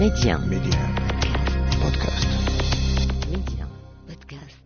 Média بودكاست. Média Podcast.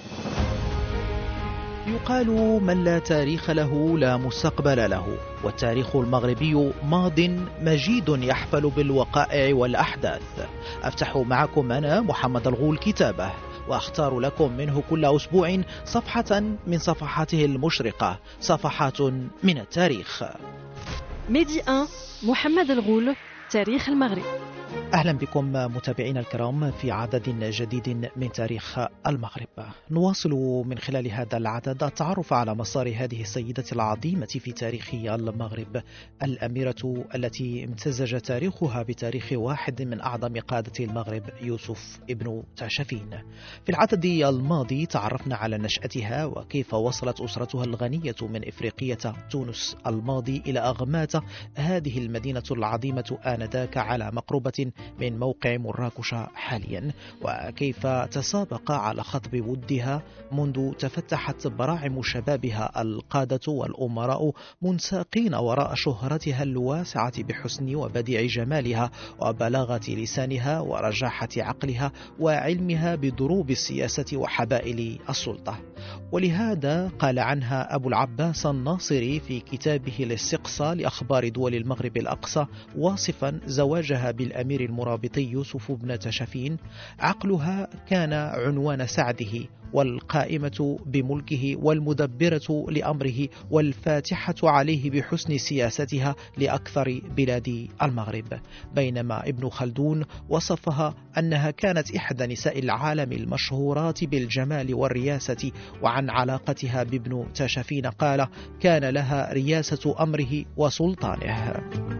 يقال من لا تاريخ له لا مستقبل له، والتاريخ المغربي ماض مجيد يحفل بالوقائع والأحداث. أفتح معكم أنا محمد الغول كتابه، وأختار لكم منه كل أسبوع صفحة من صفحاته المشرقة، صفحات من التاريخ. ميدي 1 محمد الغول، تاريخ المغرب. أهلا بكم متابعينا الكرام في عدد جديد من تاريخ المغرب. نواصل من خلال هذا العدد التعرف على مسار هذه السيدة العظيمة في تاريخ المغرب، الأميرة التي امتزج تاريخها بتاريخ واحد من أعظم قادة المغرب، يوسف ابن تاشفين. في العدد الماضي تعرفنا على نشأتها وكيف وصلت أسرتها الغنية من إفريقية تونس الماضي إلى أغمات هذه المدينة العظيمة آنذاك على مقربة من موقع مراكش حاليا، وكيف تسابق على خطب ودها منذ تفتحت براعم شبابها القادة والأمراء منساقين وراء شهرتها الواسعة بحسن وبديع جمالها وبلاغة لسانها ورجاحة عقلها وعلمها بضروب السياسة وحبائل السلطة. ولهذا قال عنها أبو العباس الناصري في كتابه الاستقصاء لأخبار دول المغرب الأقصى واصفا زواجها بالأمير المرابطي يوسف بن تاشفين: عقلها كان عنوان سعده، والقائمة بملكه، والمدبرة لأمره، والفاتحة عليه بحسن سياستها لأكثر بلاد المغرب. بينما ابن خلدون وصفها أنها كانت إحدى نساء العالم المشهورات بالجمال والرياسة. وعن علاقتها بابن تاشفين قال: كان لها رياسة أمره وسلطانه.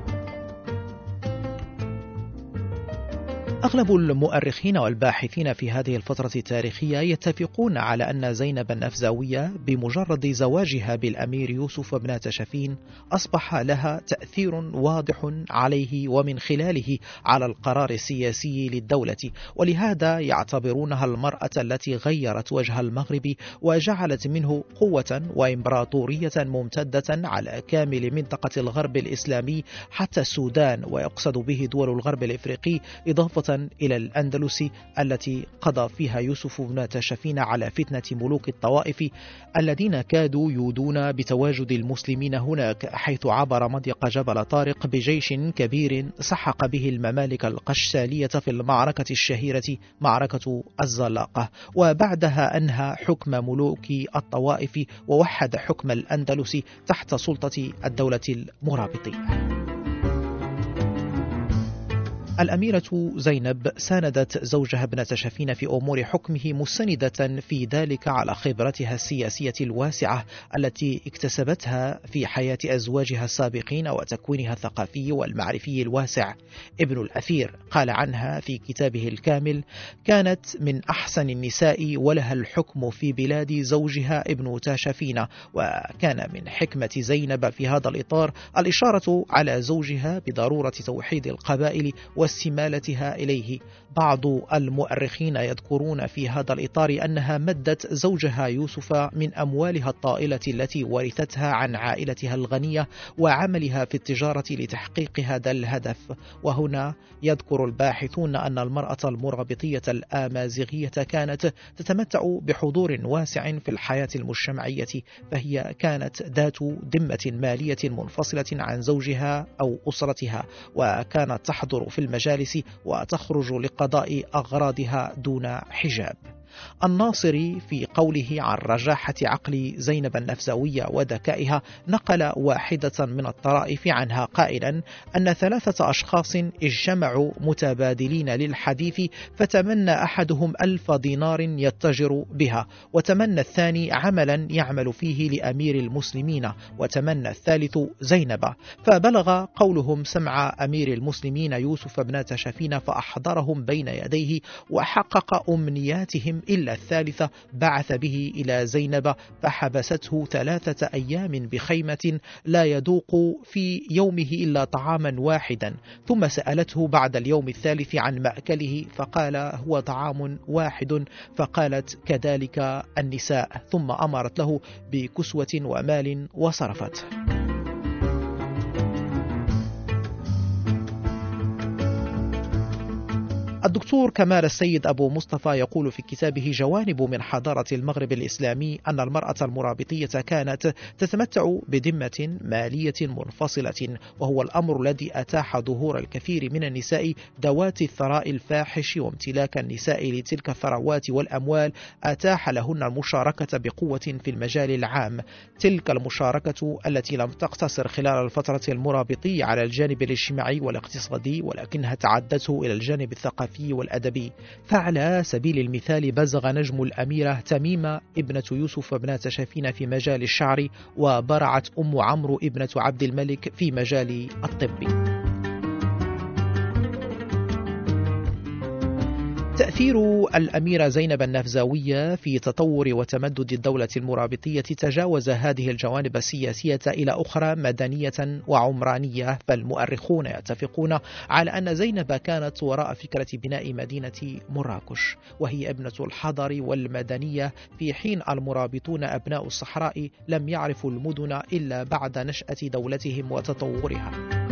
أغلب المؤرخين والباحثين في هذه الفترة التاريخية يتفقون على أن زينب النفزاوية بمجرد زواجها بالأمير يوسف بن تاشفين أصبح لها تأثير واضح عليه ومن خلاله على القرار السياسي للدولة، ولهذا يعتبرونها المرأة التي غيرت وجه المغرب وجعلت منه قوة وإمبراطورية ممتدة على كامل منطقة الغرب الإسلامي حتى السودان، ويقصد به دول الغرب الإفريقي، إضافة إلى الأندلس التي قضى فيها يوسف بن تاشفين على فتنة ملوك الطوائف الذين كادوا يودون بتواجد المسلمين هناك، حيث عبر مضيق جبل طارق بجيش كبير سحق به الممالك القشتالية في المعركة الشهيرة معركة الزلاقة. وبعدها أنهى حكم ملوك الطوائف ووحد حكم الأندلس تحت سلطة الدولة المرابطية. الأميرة زينب ساندت زوجها ابن تاشفين في أمور حكمه، مستندة في ذلك على خبرتها السياسية الواسعة التي اكتسبتها في حياة أزواجها السابقين وتكوينها الثقافي والمعرفي الواسع. ابن الأثير قال عنها في كتابه الكامل: كانت من أحسن النساء ولها الحكم في بلاد زوجها ابن تاشفين. وكان من حكمة زينب في هذا الإطار الإشارة على زوجها بضرورة توحيد القبائل واستمالتها إليه. بعض المؤرخين يذكرون في هذا الإطار أنها مدت زوجها يوسف من أموالها الطائلة التي ورثتها عن عائلتها الغنية وعملها في التجارة لتحقيق هذا الهدف. وهنا يذكر الباحثون أن المرأة المرابطية الآمازيغية كانت تتمتع بحضور واسع في الحياة المجتمعية، فهي كانت ذات ذمة مالية منفصلة عن زوجها أو أسرتها، وكانت تحضر في المجالس وتخرج لقضاء أغراضها دون حجاب. الناصري في قوله عن رجاحة عقل زينب النفزاوية وذكائها نقل واحدة من الطرائف عنها قائلا أن 3 أشخاص اجتمعوا متبادلين للحديث، فتمنى أحدهم 1000 دينار يتجر بها، وتمنى الثاني عملا يعمل فيه لأمير المسلمين، وتمنى الثالث زينب. فبلغ قولهم سمع أمير المسلمين يوسف بن تاشفين فأحضرهم بين يديه وحقق أمنياتهم، إلا الثالثة بعث به إلى زينب فحبسته 3 أيام بخيمة لا يذوق في يومه إلا طعاما واحدا، ثم سألته بعد اليوم الثالث عن مأكله فقال: هو طعام واحد. فقالت: كذلك النساء. ثم أمرت له بكسوة ومال وصرفته. الدكتور كمال السيد أبو مصطفى يقول في كتابه جوانب من حضارة المغرب الإسلامي أن المرأة المرابطية كانت تتمتع بذمة مالية منفصلة، وهو الأمر الذي أتاح ظهور الكثير من النساء ذوات الثراء الفاحش، وامتلاك النساء لتلك الثروات والأموال أتاح لهن المشاركة بقوة في المجال العام. تلك المشاركة التي لم تقتصر خلال الفترة المرابطية على الجانب الاجتماعي والاقتصادي، ولكنها تعدته إلى الجانب الثقافي والأدبي. فعلى سبيل المثال بزغ نجم الأميرة تميمة ابنة يوسف ابنة شافين في مجال الشعر، وبرعت أم عمرو ابنة عبد الملك في مجال الطب. تأثير الأميرة زينب النفزاوية في تطور وتمدد الدولة المرابطية تجاوز هذه الجوانب السياسية إلى أخرى مدنية وعمرانية، فالمؤرخون يتفقون على أن زينب كانت وراء فكرة بناء مدينة مراكش، وهي ابنة الحضر والمدنية، في حين المرابطون أبناء الصحراء لم يعرفوا المدن إلا بعد نشأة دولتهم وتطورها.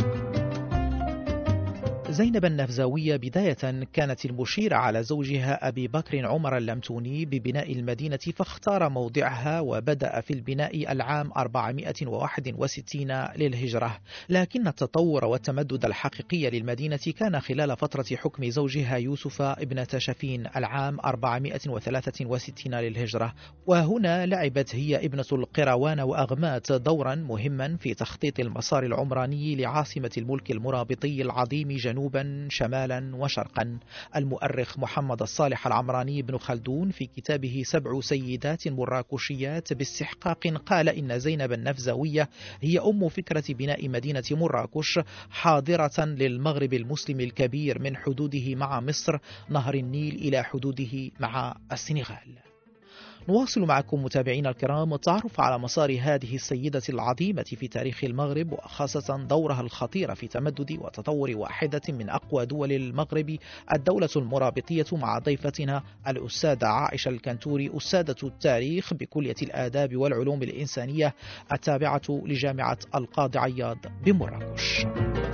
زينب النفزاوية بداية كانت المشيرة على زوجها أبي بكر عمر اللمتوني ببناء المدينة، فاختار موضعها وبدأ في البناء العام 461 للهجرة، لكن التطور والتمدد الحقيقي للمدينة كان خلال فترة حكم زوجها يوسف ابنة شافين العام 463 للهجرة، وهنا لعبت هي ابنة القروان وأغمات دورا مهما في تخطيط المسار العمراني لعاصمة الملك المرابطي العظيم جنوبا شمالا وشرقا. المؤرخ محمد الصالح العمراني بن خلدون في كتابه 7 سيدات مراكشيات باستحقاق قال إن زينب النفزاوية هي أم فكرة بناء مدينة مراكش، حاضرة للمغرب المسلم الكبير من حدوده مع مصر نهر النيل إلى حدوده مع السنغال. نواصل معكم متابعينا الكرام التعرف على مسار هذه السيدة العظيمة في تاريخ المغرب، وخاصة دورها الخطير في تمدد وتطور واحدة من أقوى دول المغرب، الدولة المرابطية، مع ضيفتنا الأستاذة عائشة الكنتوري، أستاذة التاريخ بكلية الآداب والعلوم الإنسانية التابعة لجامعة القاضي عياض بمراكش.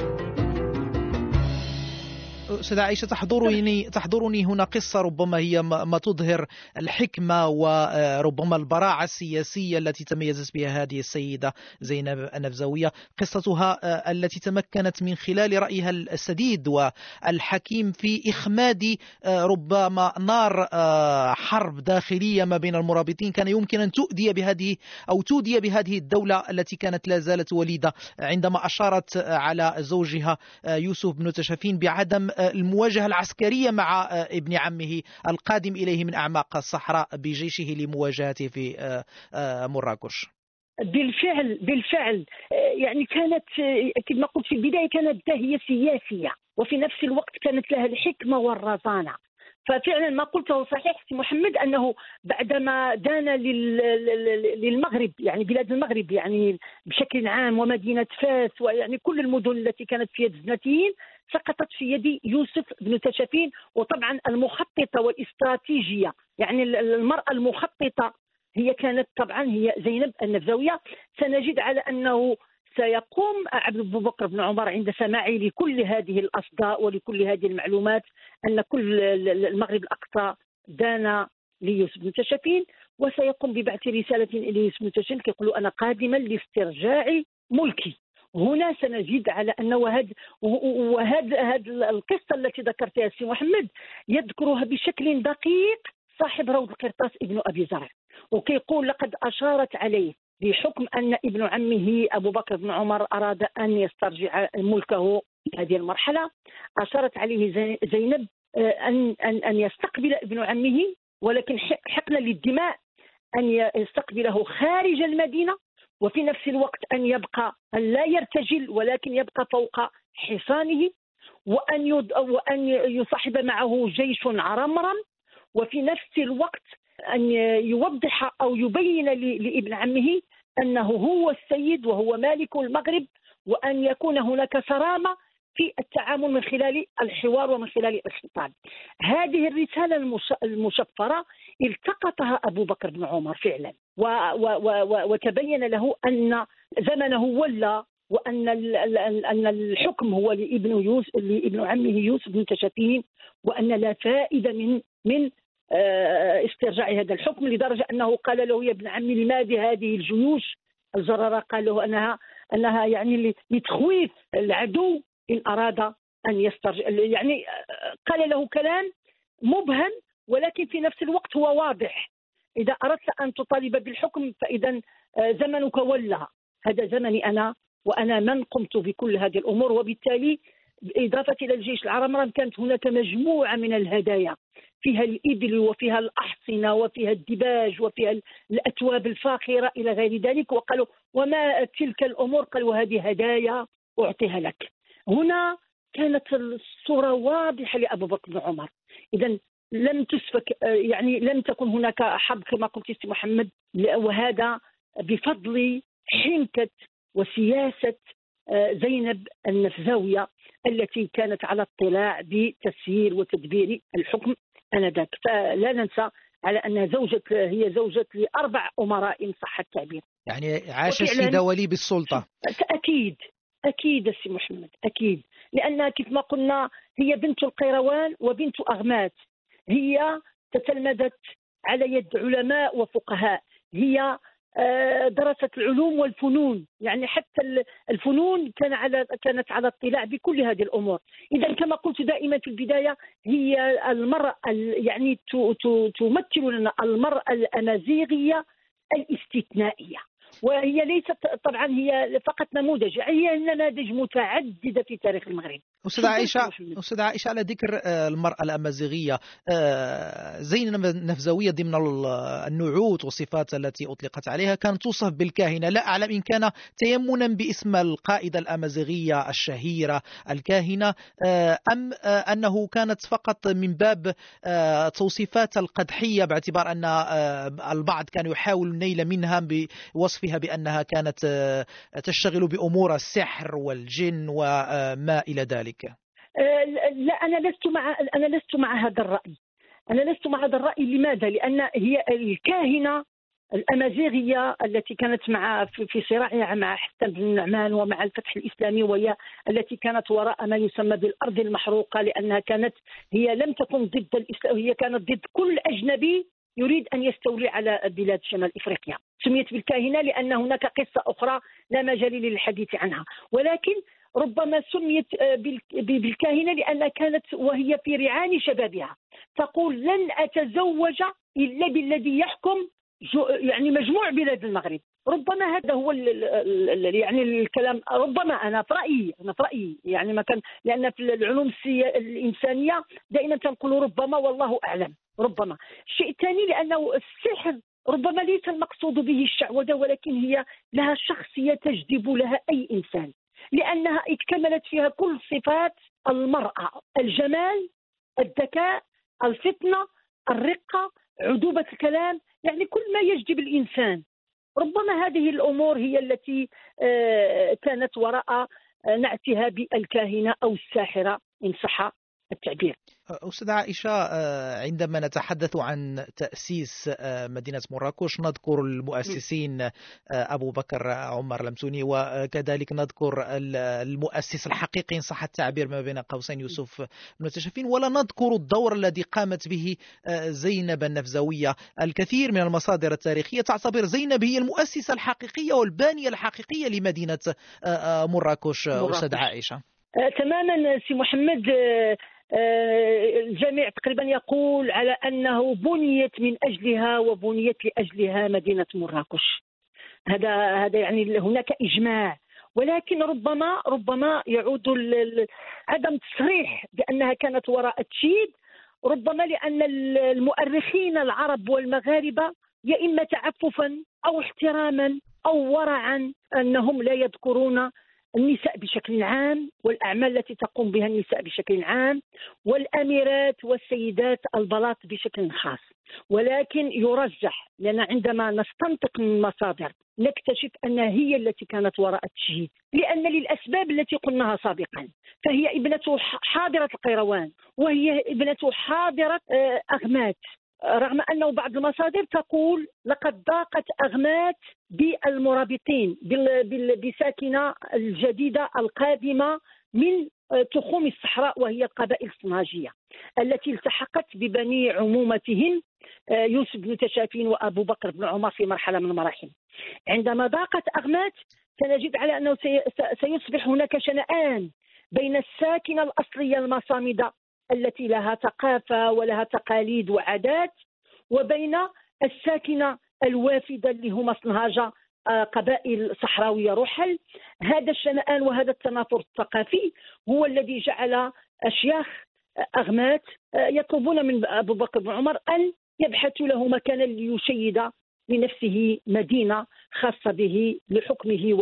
أستاذة عائشة، تحضرني هنا قصة ربما هي ما تظهر الحكمة وربما البراعة السياسية التي تميزت بها هذه السيدة زينب النفزاوية، قصتها التي تمكنت من خلال رأيها السديد والحكيم في إخماد ربما نار حرب داخلية ما بين المرابطين كان يمكن أن تودي بهذه الدولة التي كانت لا زالت وليدة، عندما أشارت على زوجها يوسف بن تشافين بعدم المواجهة العسكرية مع ابن عمه القادم إليه من أعماق الصحراء بجيشه لمواجهته في مراكش. بالفعل يعني كانت كما قلت في البداية كانت داهية سياسية، وفي نفس الوقت كانت لها الحكمة والرزانة. ففعلا ما قلته صحيح محمد، أنه بعدما دان للمغرب، يعني بلاد المغرب يعني بشكل عام، ومدينة فاس، ويعني كل المدن التي كانت في يد الزناتيين سقطت في يد يوسف بن تشافين. وطبعا المخططة والاستراتيجية، يعني المرأة المخططة هي كانت طبعا هي زينب النفزاوية. سنجد على أنه سيقوم أبو بكر بن عمر عند سماعه لكل هذه الأصداء ولكل هذه المعلومات أن كل المغرب الأقصى دان ليوسف بن تشافين، وسيقوم ببعث رسالة إلى يوسف بن تشافين يقول أنا قادما لاسترجاع ملكي. هنا سنجد على أنه وهذا القصة التي ذكرتها سي محمد يذكرها بشكل دقيق صاحب روض القرطاس ابن أبي زرع، وكيقول لقد أشارت عليه بحكم أن ابن عمه أبو بكر بن عمر أراد أن يسترجع ملكه في هذه المرحلة. أشارت عليه زينب أن يستقبل ابن عمه، ولكن حقنا للدماء أن يستقبله خارج المدينة، وفي نفس الوقت أن لا يرتجل ولكن يبقى فوق حصانه، وأن يصاحب معه جيش عرمرم، وفي نفس الوقت أن يوضح أو يبين لابن عمه أنه هو السيد وهو مالك المغرب، وأن يكون هناك صرامة في التعامل من خلال الحوار ومن خلال الخطاب. هذه الرسالة المشفرة التقطها أبو بكر بن عمر فعلا، وتبين له أن زمنه ولى، وأن أن الحكم هو لابن عمه يوسف بن تشافين، وأن لا فائدة من استرجاع هذا الحكم، لدرجة أنه قال له: يا ابن عمي لماذا هذه الجيوش الزرارة؟ قال له أنها يعني لتخويف العدو إن أراد أن يسترجع. يعني قال له كلام مبهم، ولكن في نفس الوقت هو واضح. إذا أردت أن تطالب بالحكم فإذا زمنك ولى، هذا زمني أنا، وأنا من قمت بكل هذه الأمور. وبالتالي إضافة إلى الجيش العرمرم كانت هناك مجموعة من الهدايا، فيها الإبل وفيها الأحصنة وفيها الدباج وفيها الأتواب الفاخرة إلى غير ذلك. وقالوا: وما تلك الأمور؟ قالوا: هذه هدايا أعطيها لك. هنا كانت الصورة واضحة لأبو بكر بن عمر. إذن لم تسفك، يعني لم تكن هناك حرب كما قلت سي محمد، وهذا بفضل حنكة وسياسة زينب النفزاوية التي كانت على اطلاع بتسيير وتدبير الحكم آنذاك. فلا ننسى على أنها هي زوجة ل4 أمراء إن صح التعبير. يعني عاش السيدة ولي بالسلطة. أكيد سي محمد، أكيد، لأنها كيف ما قلنا هي بنت القيروان وبنت أغمات. هي تتلمذت على يد علماء وفقهاء، هي درست العلوم والفنون، يعني حتى الفنون كانت على اطلاع بكل هذه الأمور. إذا كما قلت دائما في البداية، هي المرأة يعني تمثل لنا المرأة الأمازيغية الاستثنائية، وهي ليست طبعا هي فقط نموذج، هي نماذج متعددة في تاريخ المغرب. أستاذ عائشة، على ذكر المرأة الأمازيغية، زينب النفزاوية ضمن النعوت والصفات التي أطلقت عليها كانت توصف بالكاهنة. لا أعلم إن كان تيمنا باسم القائدة الأمازيغية الشهيرة الكاهنة، أم أنه كانت فقط من باب توصيفات القدحية، باعتبار أن البعض كان يحاول النيل منها بوصفها بأنها كانت تشتغل بأمور السحر والجن وما إلى ذلك. لا، أنا لست مع هذا الرأي. لماذا؟ لأن هي الكاهنة الأمازيغية التي كانت في صراعها مع حسن بن النعمان ومع الفتح الإسلامي، وهي التي كانت وراء ما يسمى بالأرض المحروقة، لأنها هي لم تكن ضد الإسلام، هي كانت ضد كل أجنبي يريد أن يستولي على بلاد شمال إفريقيا. سميت بالكاهنة لأن هناك قصة أخرى لا مجال للحديث عنها، ولكن ربما سميت بالكاهنة لأنها كانت وهي في رعان شبابها تقول: لن أتزوج إلا بالذي يحكم يعني مجموع بلاد المغرب. ربما هذا هو يعني الكلام. ربما أنا في رأيي يعني ما كان، لأن في العلوم الإنسانية دائما تنقول ربما، والله أعلم. ربما الشيء الثاني لأنه السحر ربما ليس المقصود به الشعوذة، ولكن هي لها شخصية تجذب لها أي إنسان، لأنها اكتملت فيها كل صفات المرأة: الجمال، الذكاء، الفطنة، الرقة، عذوبة الكلام، يعني كل ما يجذب الإنسان. ربما هذه الأمور هي التي كانت وراء نعتها بالكاهنة أو الساحرة إن صح التعبير. أستاذة عائشة، عندما نتحدث عن تأسيس مدينة مراكش نذكر المؤسسين أبو بكر عمر لمسوني، وكذلك نذكر المؤسس الحقيقي إن صح التعبير ما بين قوسين يوسف بن تشافين، ولا نذكر الدور الذي قامت به زينب النفزاوية. الكثير من المصادر التاريخية تعتبر زينب هي المؤسسة الحقيقية والبانية الحقيقية لمدينة مراكش. أستاذة عائشة، تماما سي محمد. الجميع تقريبا يقول على أنه بنيت من أجلها وبنيت لأجلها مدينة مراكش. هذا يعني هناك إجماع، ولكن ربما يعود عدم التصريح بأنها كانت وراء تشييد، ربما لأن المؤرخين العرب والمغاربة يا إما تعففا أو احتراما أو ورعا أنهم لا يذكرون النساء بشكل عام والأعمال التي تقوم بها النساء بشكل عام والأميرات والسيدات البلاط بشكل خاص. ولكن يرجح لأن عندما نستنطق من المصادر نكتشف أنها هي التي كانت وراء التشييد، لأن للأسباب التي قلناها سابقا، فهي ابنة حاضرة القيروان، وهي ابنة حاضرة أغمات، رغم أنه بعض المصادر تقول لقد ضاقت أغمات بالمرابطين بساكنة الجديدة القادمة من تخوم الصحراء، وهي القبائل الصناجية التي التحقت ببني عمومتهم يوسف بن تشافين وأبو بكر بن عمر في مرحلة من المراحل. عندما ضاقت أغمات سنجد على أنه سيصبح هناك شنآن بين الساكنة الأصلية المصامدة التي لها ثقافة ولها تقاليد وعادات، وبين الساكنة الوافدة اللي هم صنهاجة قبائل صحراوية رحل. هذا الشنآن وهذا التنافر الثقافي هو الذي جعل أشياخ أغمات يطلبون من أبو بكر بن عمر أن يبحثوا له مكانا ليشيد لنفسه مدينة خاصة به لحكمه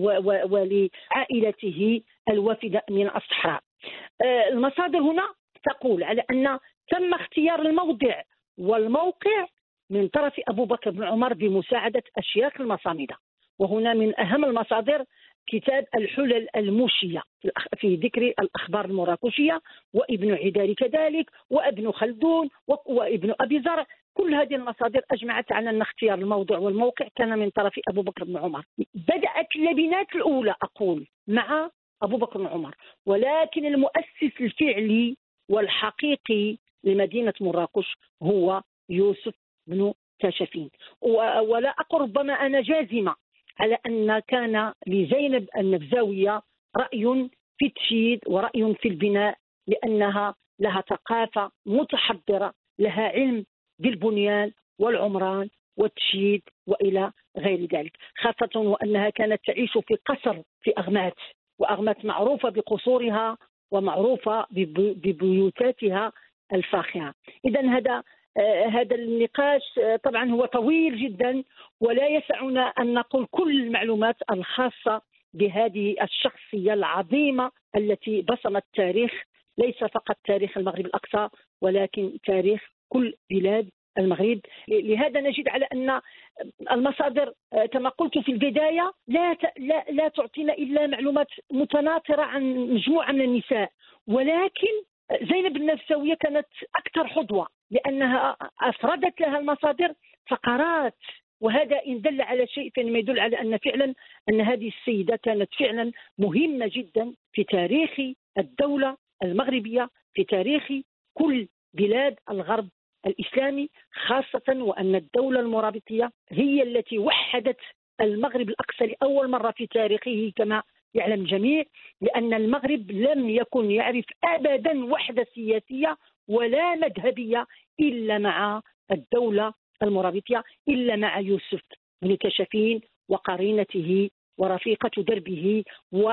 ولعائلته الوافدة من الصحراء. المصادر هنا تقول على أن تم اختيار الموضع والموقع من طرف أبو بكر بن عمر بمساعدة أشياخ المصامدة. وهنا من أهم المصادر كتاب الحلل الموشية في ذكر الأخبار المراكشية، وابن عداري كذلك، وابن خلدون، وابن أبي زرع. كل هذه المصادر أجمعت على أن اختيار الموضع والموقع كان من طرف أبو بكر بن عمر. بدأت اللبنات الأولى أقول مع أبو بكر بن عمر، ولكن المؤسس الفعلي والحقيقي لمدينة مراكش هو يوسف بن تاشفين. ولا أقول ربما أنا جازمة على أن كان لزينب النبزاوية رأي في التشييد ورأي في البناء، لأنها لها ثقافة متحضرة، لها علم بالبنيان والعمران والتشييد وإلى غير ذلك، خاصة وأنها كانت تعيش في قصر في أغمات، وأغمات معروفة بقصورها ومعروفة ببيوتاتها الفاخرة. إذن هذا النقاش طبعا هو طويل جدا، ولا يسعنا أن نقول كل المعلومات الخاصة بهذه الشخصية العظيمة التي بصمت تاريخ، ليس فقط تاريخ المغرب الأقصى ولكن تاريخ كل بلاد المغرب. لهذا نجد على أن المصادر كما قلت في البداية لا تعطينا إلا معلومات متناثرة عن مجموعة من النساء، ولكن زينب النبساوية كانت أكثر حظوة لأنها أفردت لها المصادر فقرات، وهذا إن دل على شيء فإنما يدل على أن فعلا أن هذه السيدة كانت فعلا مهمة جدا في تاريخ الدولة المغربية، في تاريخ كل بلاد الغرب الإسلامي، خاصة وأن الدولة المرابطية هي التي وحدت المغرب الأقصى لأول مرة في تاريخه كما يعلم الجميع، لأن المغرب لم يكن يعرف أبدا وحدة سياسية ولا مذهبية إلا مع الدولة المرابطية، إلا مع يوسف بن تاشفين وقرينته ورفيقة دربه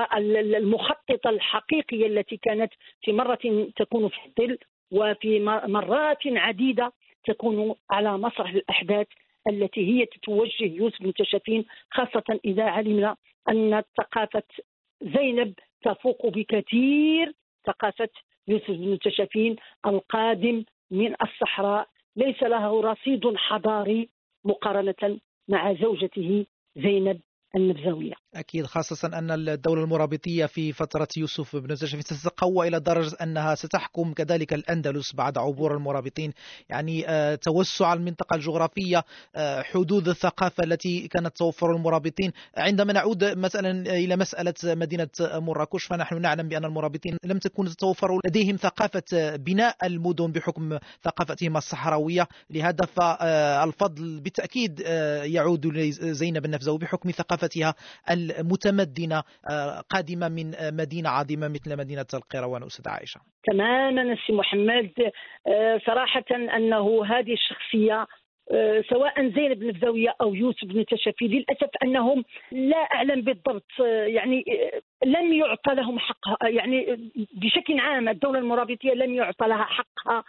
والمخططة الحقيقية التي كانت في مرة تكون في الظل وفي مرات عديدة تكون على مسرح الأحداث التي هي تتوجه يوسف بن تاشفين، خاصة إذا علمنا أن ثقافة زينب تفوق بكثير ثقافة يوسف بن تاشفين القادم من الصحراء، ليس له رصيد حضاري مقارنة مع زوجته زينب النبزاوية. أكيد، خاصة أن الدولة المرابطية في فترة يوسف بن تاشفين ستتقوى إلى درجة أنها ستحكم كذلك الأندلس بعد عبور المرابطين، يعني توسع المنطقة الجغرافية، حدود الثقافة التي كانت توفر المرابطين. عندما نعود مثلا إلى مسألة مدينة مراكش، فنحن نعلم بأن المرابطين لم تكن تتوفر لديهم ثقافة بناء المدن بحكم ثقافتهم الصحراوية، لهذا فالفضل بالتأكيد يعود لزينب النبزاوي بحكم ثقافتها المتمدنة قادمة من مدينة عظيمة مثل مدينة القيروان. أستاذ عائشة، تماما السي محمد، صراحة أنه هذه الشخصية سواء زينب النبزاوية أو يوسف بن تاشفين للأسف أنهم لا أعلم بالضبط، يعني لم يعطى لهم حقها، يعني بشكل عام الدولة المرابطية لم يعطى لها حقها،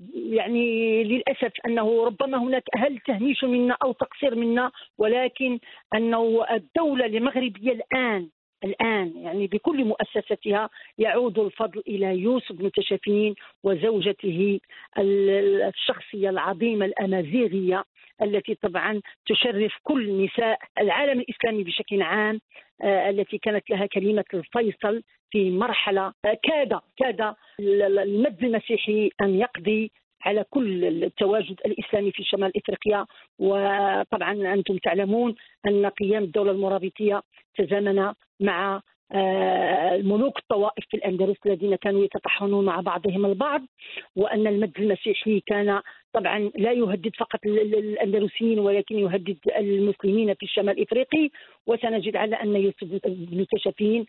يعني للأسف أنه ربما هناك هل تهميش منا أو تقصير منا، ولكن أنه الدولة المغربية الآن يعني بكل مؤسساتها يعود الفضل إلى يوسف بن تاشفين وزوجته الشخصية العظيمة الأمازيغية التي طبعا تشرف كل نساء العالم الإسلامي بشكل عام، التي كانت لها كلمة الفيصل في مرحلة كاد المد المسيحي أن يقضي على كل التواجد الإسلامي في شمال إفريقيا. وطبعا أنتم تعلمون أن قيام الدولة المرابطية تزامن مع الملوك الطوائف في الأندلس الذين كانوا يتطحنون مع بعضهم البعض، وأن المد المسيحي كان طبعا لا يهدد فقط الأندلسيين ولكن يهدد المسلمين في الشمال الإفريقي. وسنجد على أن يوسف بن تشفين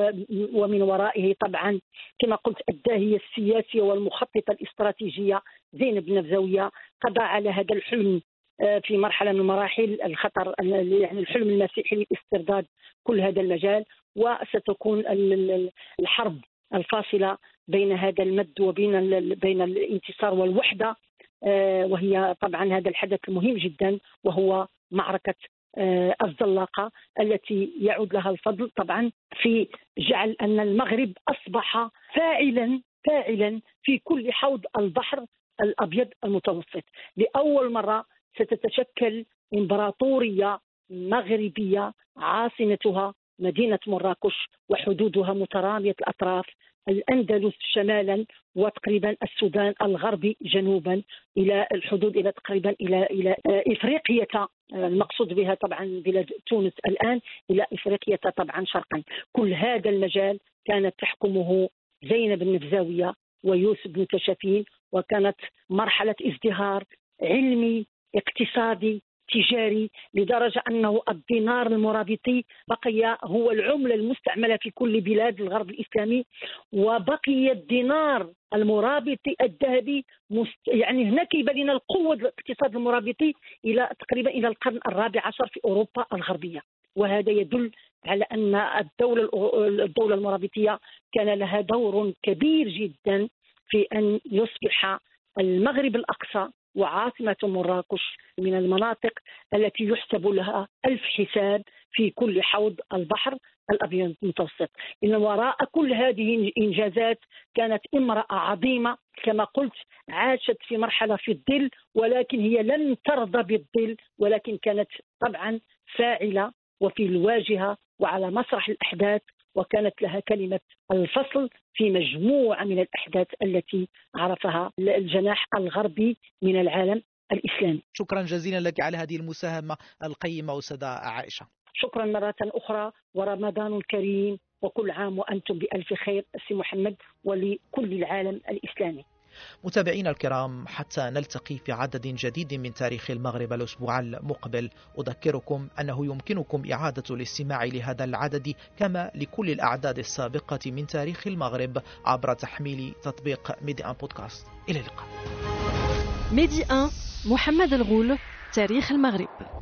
ومن ورائه طبعا كما قلت الداهية السياسية والمخططة الاستراتيجية زينب بن نبزاوية قضى على هذا الحلم في مرحلة من مراحل الخطر، يعني الحلم المسيحي لاسترداد كل هذا المجال. وستكون الحرب الفاصلة بين هذا المد بين الانتصار والوحدة، وهي طبعا هذا الحدث المهم جدا وهو معركة الزلاقة التي يعود لها الفضل طبعا في جعل أن المغرب أصبح فاعلا في كل حوض البحر الأبيض المتوسط. لأول مرة ستتشكل إمبراطورية مغربية عاصمتها مدينة مراكش وحدودها مترامية الأطراف، الأندلس شمالا وتقريبا السودان الغربي جنوبا إلى الحدود إلى تقريبا إلى إفريقيا، المقصود بها طبعا بلاد تونس الآن، إلى إفريقيا طبعا شرقا. كل هذا المجال كانت تحكمه زينب النبزاوية ويوسف بن تشفين، وكانت مرحلة ازدهار علمي اقتصادي تجاري لدرجة أنه الدينار المرابطي بقي هو العملة المستعملة في كل بلاد الغرب الإسلامي، وبقي الدينار المرابطي الذهبي يعني هناك يبين القوة الاقتصاد المرابطي إلى تقريبا إلى القرن الرابع عشر في أوروبا الغربية. وهذا يدل على أن الدولة المرابطية كان لها دور كبير جدا في أن يصبح المغرب الأقصى وعاصمة مراكش من المناطق التي يحسب لها 1000 حساب في كل حوض البحر الأبيض المتوسط. إن وراء كل هذه الإنجازات كانت امرأة عظيمة كما قلت، عاشت في مرحلة في الظل، ولكن هي لم ترضى بالظل، ولكن كانت طبعا فاعلة وفي الواجهة وعلى مسرح الأحداث، وكانت لها كلمة الفصل في مجموعة من الأحداث التي عرفها الجناح الغربي من العالم الإسلامي. شكرا جزيلا لك على هذه المساهمة القيمة أستاذة عائشة. شكرا مرة أخرى، ورمضان كريم، وكل عام وأنتم بألف خير سي محمد ولكل العالم الإسلامي. متابعينا الكرام، حتى نلتقي في عدد جديد من تاريخ المغرب الأسبوع المقبل، أذكركم أنه يمكنكم إعادة الاستماع لهذا العدد كما لكل الأعداد السابقة من تاريخ المغرب عبر تحميل تطبيق ميدي أن بودكاست. إلى اللقاء. ميدي أن، محمد الغول، تاريخ المغرب.